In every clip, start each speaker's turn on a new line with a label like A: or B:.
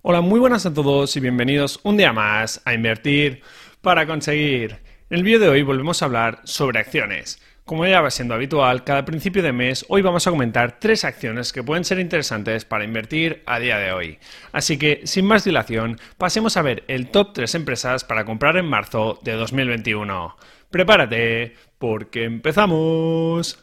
A: Hola, muy buenas a todos y bienvenidos un día más a Invertir para Conseguir. En el vídeo de hoy volvemos a hablar sobre acciones. Como ya va siendo habitual, cada principio de mes hoy vamos a comentar 3 acciones que pueden ser interesantes para invertir a día de hoy. Así que, sin más dilación, pasemos a ver el top 3 empresas para comprar en marzo de 2021. Prepárate, porque empezamos.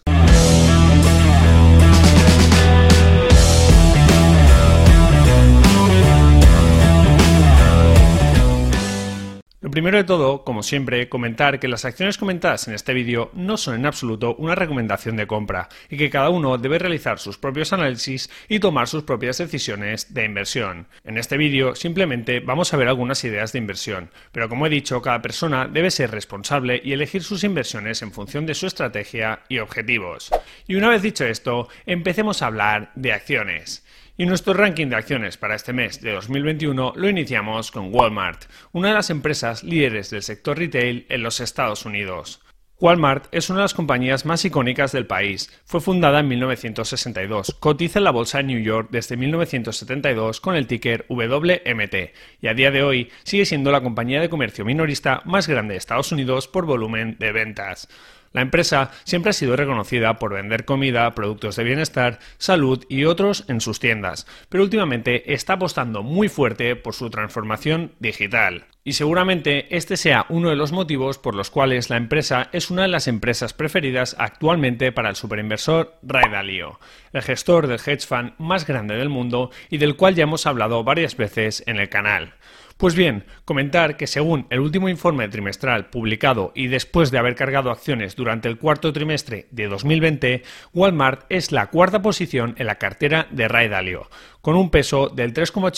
A: Lo primero de todo, como siempre, comentar que las acciones comentadas en este vídeo no son en absoluto una recomendación de compra y que cada uno debe realizar sus propios análisis y tomar sus propias decisiones de inversión. En este vídeo simplemente vamos a ver algunas ideas de inversión, pero como he dicho, cada persona debe ser responsable y elegir sus inversiones en función de su estrategia y objetivos. Y una vez dicho esto, empecemos a hablar de acciones. Y nuestro ranking de acciones para este mes de 2021 lo iniciamos con Walmart, una de las empresas líderes del sector retail en los Estados Unidos. Walmart es una de las compañías más icónicas del país. Fue fundada en 1962, cotiza en la bolsa de New York desde 1972 con el ticker WMT y a día de hoy sigue siendo la compañía de comercio minorista más grande de Estados Unidos por volumen de ventas. La empresa siempre ha sido reconocida por vender comida, productos de bienestar, salud y otros en sus tiendas, pero últimamente está apostando muy fuerte por su transformación digital. Y seguramente este sea uno de los motivos por los cuales la empresa es una de las empresas preferidas actualmente para el superinversor Ray Dalio, el gestor del hedge fund más grande del mundo y del cual ya hemos hablado varias veces en el canal. Pues bien, comentar que según el último informe trimestral publicado y después de haber cargado acciones durante el cuarto trimestre de 2020, Walmart es la cuarta posición en la cartera de Ray Dalio, con un peso del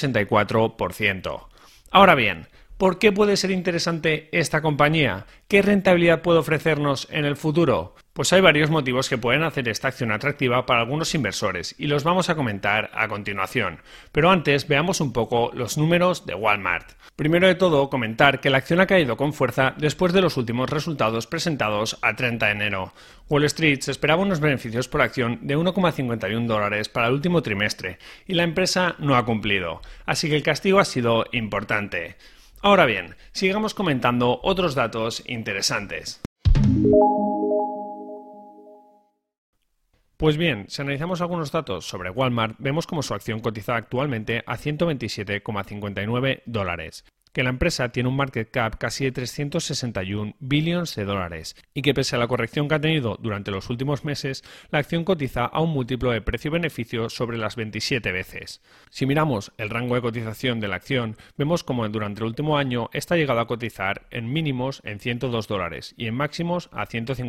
A: 3,84%. Ahora bien, ¿por qué puede ser interesante esta compañía? ¿Qué rentabilidad puede ofrecernos en el futuro? Pues hay varios motivos que pueden hacer esta acción atractiva para algunos inversores y los vamos a comentar a continuación. Pero antes veamos un poco los números de Walmart. Primero de todo, comentar que la acción ha caído con fuerza después de los últimos resultados presentados a 30 de enero. Wall Street se esperaba unos beneficios por acción de $1,51 para el último trimestre y la empresa no ha cumplido, así que el castigo ha sido importante. Ahora bien, sigamos comentando otros datos interesantes. Pues bien, si analizamos algunos datos sobre Walmart, vemos como su acción cotiza actualmente a $127,59, que la empresa tiene un market cap casi de 361 billones de dólares y que pese a la corrección que ha tenido durante los últimos meses, la acción cotiza a un múltiplo de precio-beneficio sobre las 27 veces. Si miramos el rango de cotización de la acción, vemos como durante el último año esta ha llegado a cotizar en mínimos en $102 y en máximos a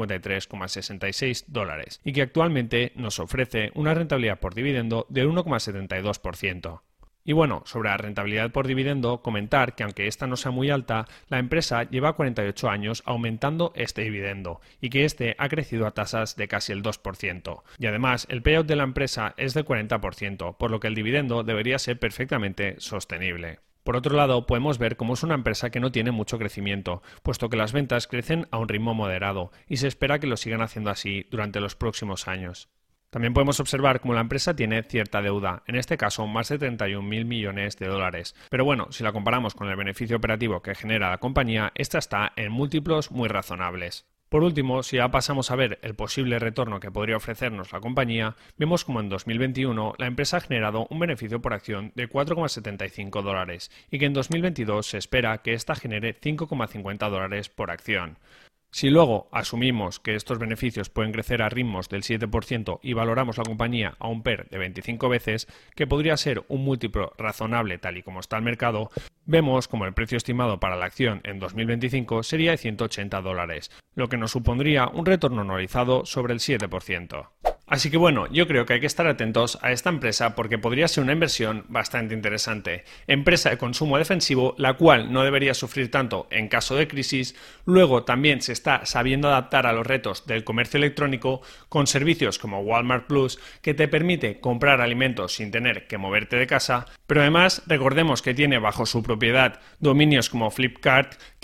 A: $153,66 y que actualmente nos ofrece una rentabilidad por dividendo del 1,72%. Y bueno, sobre la rentabilidad por dividendo, comentar que aunque esta no sea muy alta, la empresa lleva 48 años aumentando este dividendo y que este ha crecido a tasas de casi el 2%. Y además, el payout de la empresa es del 40%, por lo que el dividendo debería ser perfectamente sostenible. Por otro lado, podemos ver cómo es una empresa que no tiene mucho crecimiento, puesto que las ventas crecen a un ritmo moderado y se espera que lo sigan haciendo así durante los próximos años. También podemos observar cómo la empresa tiene cierta deuda, en este caso más de 31.000 millones de dólares. Pero bueno, si la comparamos con el beneficio operativo que genera la compañía, esta está en múltiplos muy razonables. Por último, si ya pasamos a ver el posible retorno que podría ofrecernos la compañía, vemos como en 2021 la empresa ha generado un beneficio por acción de $4,75 y que en 2022 se espera que esta genere $5,50 por acción. Si luego asumimos que estos beneficios pueden crecer a ritmos del 7% y valoramos la compañía a un PER de 25 veces, que podría ser un múltiplo razonable tal y como está el mercado, vemos como el precio estimado para la acción en 2025 sería de $180, lo que nos supondría un retorno anualizado sobre el 7%. Así que bueno, yo creo que hay que estar atentos a esta empresa porque podría ser una inversión bastante interesante. Empresa de consumo defensivo, la cual no debería sufrir tanto en caso de crisis. Luego también se está sabiendo adaptar a los retos del comercio electrónico con servicios como Walmart Plus, que te permite comprar alimentos sin tener que moverte de casa. Pero además recordemos que tiene bajo su propiedad dominios como Flipkart,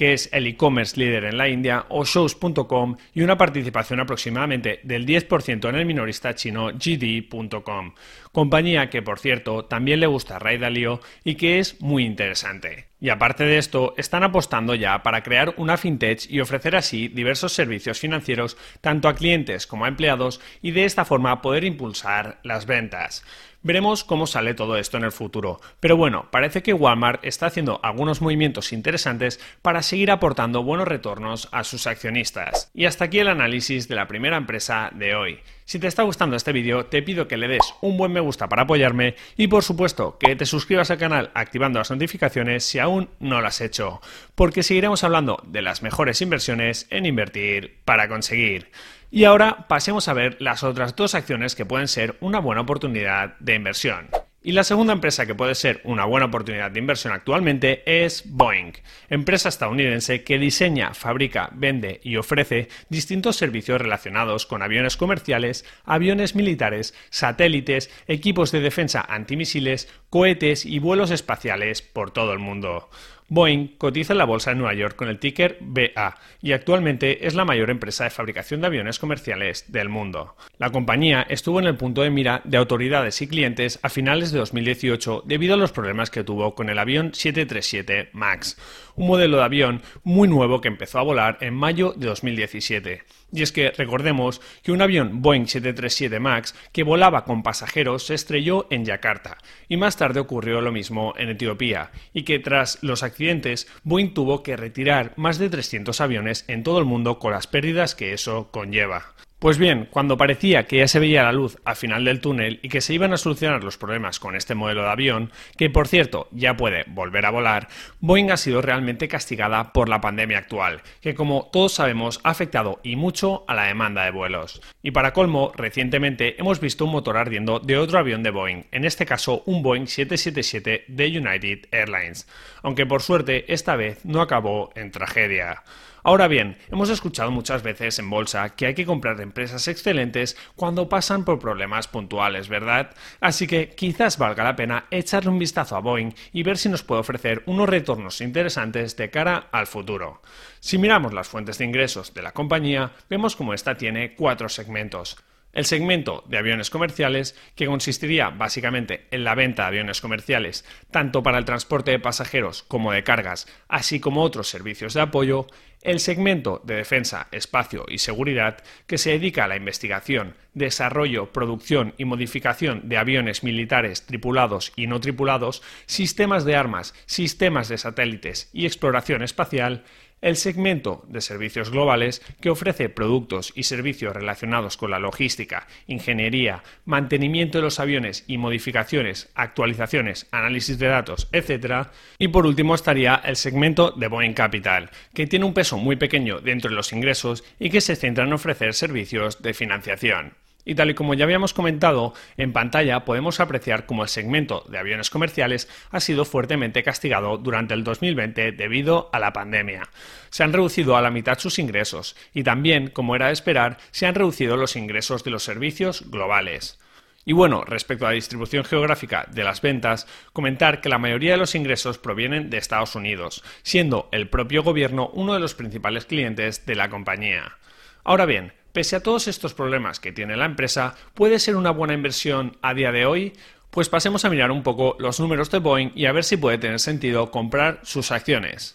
A: que es el e-commerce líder en la India, o Shows.com, y una participación aproximadamente del 10% en el minorista chino JD.com, compañía que, por cierto, también le gusta a Ray Dalio y que es muy interesante. Y aparte de esto, están apostando ya para crear una fintech y ofrecer así diversos servicios financieros tanto a clientes como a empleados y de esta forma poder impulsar las ventas. Veremos cómo sale todo esto en el futuro, pero bueno, parece que Walmart está haciendo algunos movimientos interesantes para seguir aportando buenos retornos a sus accionistas. Y hasta aquí el análisis de la primera empresa de hoy. Si te está gustando este vídeo, te pido que le des un buen me gusta para apoyarme y por supuesto que te suscribas al canal activando las notificaciones si aún no lo has hecho, porque seguiremos hablando de las mejores inversiones en invertir para conseguir. Y ahora pasemos a ver las otras dos acciones que pueden ser una buena oportunidad de inversión. Y la segunda empresa que puede ser una buena oportunidad de inversión actualmente es Boeing, empresa estadounidense que diseña, fabrica, vende y ofrece distintos servicios relacionados con aviones comerciales, aviones militares, satélites, equipos de defensa antimisiles, cohetes y vuelos espaciales por todo el mundo. Boeing cotiza en la bolsa de Nueva York con el ticker BA y actualmente es la mayor empresa de fabricación de aviones comerciales del mundo. La compañía estuvo en el punto de mira de autoridades y clientes a finales de 2018 debido a los problemas que tuvo con el avión 737 MAX, un modelo de avión muy nuevo que empezó a volar en mayo de 2017. Y es que recordemos que un avión Boeing 737 MAX que volaba con pasajeros se estrelló en Yakarta y más tarde ocurrió lo mismo en Etiopía y que tras los accidentes Boeing tuvo que retirar más de 300 aviones en todo el mundo con las pérdidas que eso conlleva. Pues bien, cuando parecía que ya se veía la luz al final del túnel y que se iban a solucionar los problemas con este modelo de avión, que por cierto ya puede volver a volar, Boeing ha sido realmente castigada por la pandemia actual, que como todos sabemos ha afectado y mucho a la demanda de vuelos. Y para colmo, recientemente hemos visto un motor ardiendo de otro avión de Boeing, en este caso un Boeing 777 de United Airlines, aunque por suerte esta vez no acabó en tragedia. Ahora bien, hemos escuchado muchas veces en bolsa que hay que comprar empresas excelentes cuando pasan por problemas puntuales, ¿verdad? Así que quizás valga la pena echarle un vistazo a Boeing y ver si nos puede ofrecer unos retornos interesantes de cara al futuro. Si miramos las fuentes de ingresos de la compañía, vemos como esta tiene 4 segmentos. El segmento de aviones comerciales, que consistiría básicamente en la venta de aviones comerciales, tanto para el transporte de pasajeros como de cargas, así como otros servicios de apoyo. El segmento de defensa, espacio y seguridad, que se dedica a la investigación, desarrollo, producción y modificación de aviones militares tripulados y no tripulados, sistemas de armas, sistemas de satélites y exploración espacial. El segmento de servicios globales, que ofrece productos y servicios relacionados con la logística, ingeniería, mantenimiento de los aviones y modificaciones, actualizaciones, análisis de datos, etc. Y por último estaría el segmento de Boeing Capital, que tiene un peso muy pequeño dentro de los ingresos y que se centra en ofrecer servicios de financiación. Y tal y como ya habíamos comentado, en pantalla podemos apreciar cómo el segmento de aviones comerciales ha sido fuertemente castigado durante el 2020 debido a la pandemia. Se han reducido a la mitad sus ingresos y también, como era de esperar, se han reducido los ingresos de los servicios globales. Y bueno, respecto a la distribución geográfica de las ventas, comentar que la mayoría de los ingresos provienen de Estados Unidos, siendo el propio gobierno uno de los principales clientes de la compañía. Ahora bien, pese a todos estos problemas que tiene la empresa, ¿puede ser una buena inversión a día de hoy? Pues pasemos a mirar un poco los números de Boeing y a ver si puede tener sentido comprar sus acciones.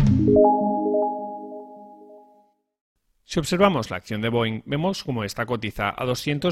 A: Si observamos la acción de Boeing, vemos cómo esta cotiza a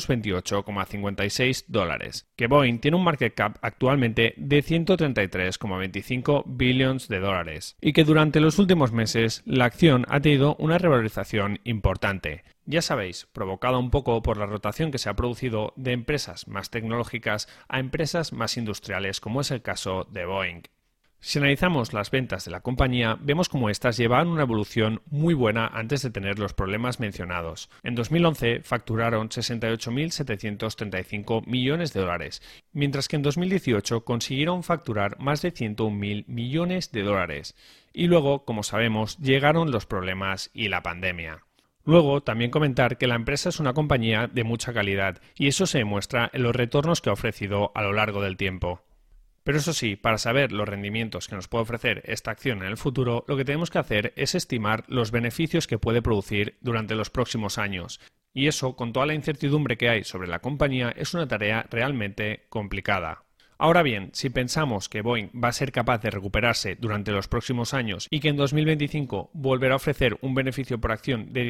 A: $228,56, que Boeing tiene un market cap actualmente de $133,25 billones y que durante los últimos meses la acción ha tenido una revalorización importante. Ya sabéis, provocada un poco por la rotación que se ha producido de empresas más tecnológicas a empresas más industriales, como es el caso de Boeing. Si analizamos las ventas de la compañía, vemos como éstas llevaban una evolución muy buena antes de tener los problemas mencionados. En 2011 facturaron $68.735 millones, mientras que en 2018 consiguieron facturar más de $101.000 millones. Y luego, como sabemos, llegaron los problemas y la pandemia. Luego, también comentar que la empresa es una compañía de mucha calidad y eso se demuestra en los retornos que ha ofrecido a lo largo del tiempo. Pero eso sí, para saber los rendimientos que nos puede ofrecer esta acción en el futuro, lo que tenemos que hacer es estimar los beneficios que puede producir durante los próximos años. Y eso, con toda la incertidumbre que hay sobre la compañía, es una tarea realmente complicada. Ahora bien, si pensamos que Boeing va a ser capaz de recuperarse durante los próximos años y que en 2025 volverá a ofrecer un beneficio por acción de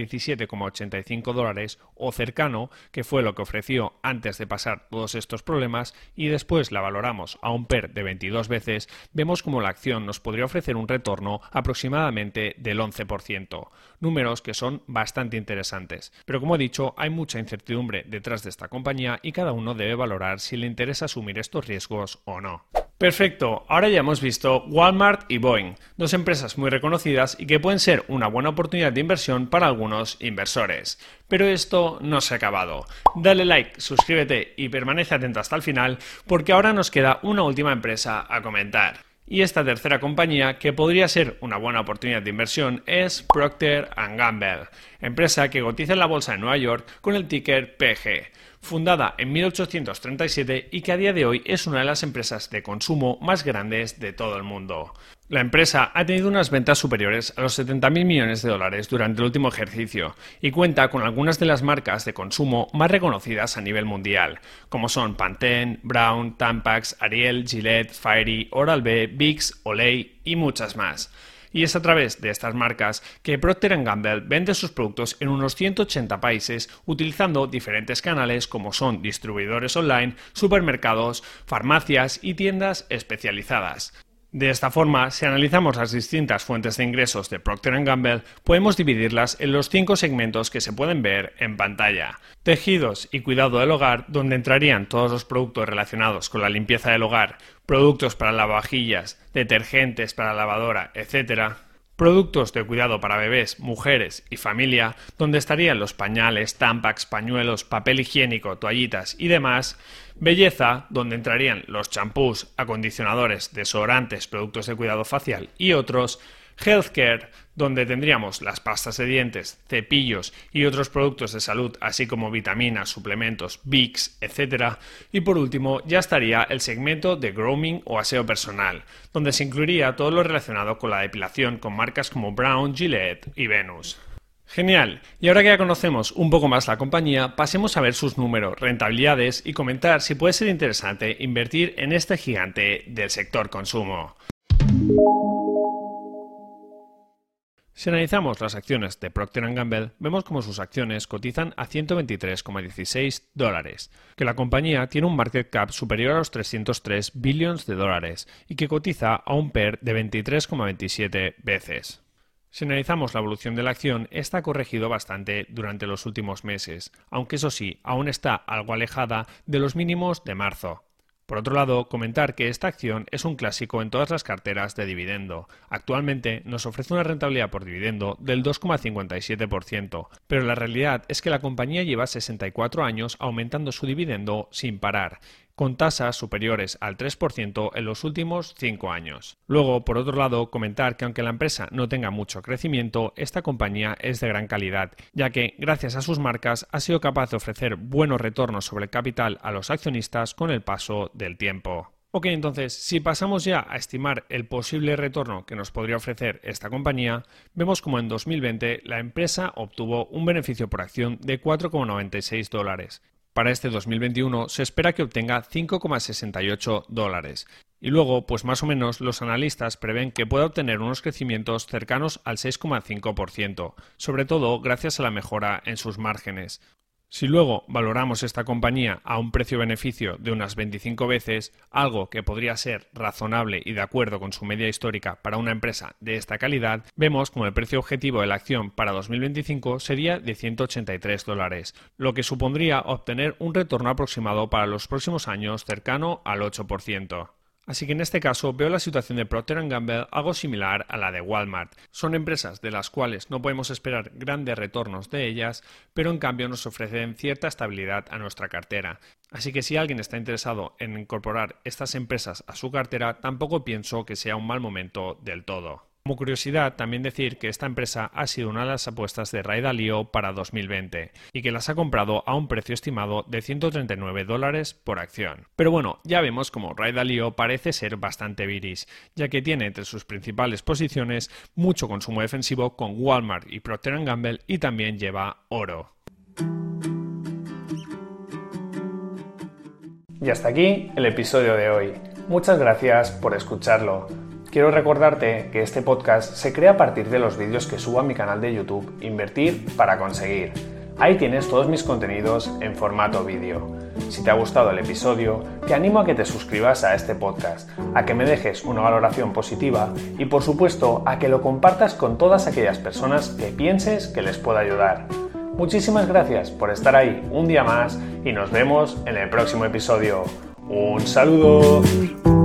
A: $17,85 o cercano, que fue lo que ofreció antes de pasar todos estos problemas, y después la valoramos a un PER de 22 veces, vemos como la acción nos podría ofrecer un retorno aproximadamente del 11%, números que son bastante interesantes. Pero como he dicho, hay mucha incertidumbre detrás de esta compañía y cada uno debe valorar si le interesa asumir estos riesgos o no. Perfecto, ahora ya hemos visto Walmart y Boeing, dos empresas muy reconocidas y que pueden ser una buena oportunidad de inversión para algunos inversores. Pero esto no se ha acabado. Dale like, suscríbete y permanece atento hasta el final porque ahora nos queda una última empresa a comentar. Y esta tercera compañía, que podría ser una buena oportunidad de inversión, es Procter & Gamble, empresa que cotiza en la bolsa de Nueva York con el ticker PG. Fundada en 1837 y que a día de hoy es una de las empresas de consumo más grandes de todo el mundo. La empresa ha tenido unas ventas superiores a los $70.000 millones durante el último ejercicio y cuenta con algunas de las marcas de consumo más reconocidas a nivel mundial, como son Pantene, Braun, Tampax, Ariel, Gillette, Fairy, Oral-B, Vicks, Olay y muchas más. Y es a través de estas marcas que Procter & Gamble vende sus productos en unos 180 países utilizando diferentes canales como son distribuidores online, supermercados, farmacias y tiendas especializadas. De esta forma, si analizamos las distintas fuentes de ingresos de Procter & Gamble, podemos dividirlas en los 5 segmentos que se pueden ver en pantalla. Tejidos y cuidado del hogar, donde entrarían todos los productos relacionados con la limpieza del hogar, productos para lavavajillas, detergentes para lavadora, etc. Productos de cuidado para bebés, mujeres y familia, donde estarían los pañales, Tampax, pañuelos, papel higiénico, toallitas y demás. Belleza, donde entrarían los champús, acondicionadores, desodorantes, productos de cuidado facial y otros. Healthcare, donde tendríamos las pastas de dientes, cepillos y otros productos de salud, así como vitaminas, suplementos, Vicks, etc. Y por último, ya estaría el segmento de grooming o aseo personal, donde se incluiría todo lo relacionado con la depilación con marcas como Braun, Gillette y Venus. Genial, y ahora que ya conocemos un poco más la compañía, pasemos a ver sus números, rentabilidades y comentar si puede ser interesante invertir en este gigante del sector consumo. Si analizamos las acciones de Procter & Gamble, vemos como sus acciones cotizan a $123,16, que la compañía tiene un market cap superior a los $303 billones y que cotiza a un PER de 23,27 veces. Si analizamos la evolución de la acción, esta ha corregido bastante durante los últimos meses, aunque eso sí, aún está algo alejada de los mínimos de marzo. Por otro lado, comentar que esta acción es un clásico en todas las carteras de dividendo. Actualmente nos ofrece una rentabilidad por dividendo del 2,57%, pero la realidad es que la compañía lleva 64 años aumentando su dividendo sin parar, con tasas superiores al 3% en los últimos 5 años. Luego, por otro lado, comentar que aunque la empresa no tenga mucho crecimiento, esta compañía es de gran calidad, ya que, gracias a sus marcas, ha sido capaz de ofrecer buenos retornos sobre el capital a los accionistas con el paso del tiempo. Ok, entonces, si pasamos ya a estimar el posible retorno que nos podría ofrecer esta compañía, vemos como en 2020 la empresa obtuvo un beneficio por acción de $4,96. Para este 2021 se espera que obtenga $5,68. Y luego, pues más o menos, los analistas prevén que pueda obtener unos crecimientos cercanos al 6,5%, sobre todo gracias a la mejora en sus márgenes. Si luego valoramos esta compañía a un precio-beneficio de unas 25 veces, algo que podría ser razonable y de acuerdo con su media histórica para una empresa de esta calidad, vemos como el precio objetivo de la acción para 2025 sería de $183, lo que supondría obtener un retorno aproximado para los próximos años cercano al 8%. Así que en este caso veo la situación de Procter & Gamble algo similar a la de Walmart. Son empresas de las cuales no podemos esperar grandes retornos de ellas, pero en cambio nos ofrecen cierta estabilidad a nuestra cartera. Así que si alguien está interesado en incorporar estas empresas a su cartera, tampoco pienso que sea un mal momento del todo. Como curiosidad, también decir que esta empresa ha sido una de las apuestas de Ray Dalio para 2020 y que las ha comprado a un precio estimado de $139 por acción. Pero bueno, ya vemos como Ray Dalio parece ser bastante viris, ya que tiene entre sus principales posiciones mucho consumo defensivo con Walmart y Procter & Gamble y también lleva oro. Y hasta aquí el episodio de hoy. Muchas gracias por escucharlo. Quiero recordarte que este podcast se crea a partir de los vídeos que subo a mi canal de YouTube Invertir para Conseguir. Ahí tienes todos mis contenidos en formato vídeo. Si te ha gustado el episodio, te animo a que te suscribas a este podcast, a que me dejes una valoración positiva y por supuesto a que lo compartas con todas aquellas personas que pienses que les pueda ayudar. Muchísimas gracias por estar ahí un día más y nos vemos en el próximo episodio. ¡Un saludo!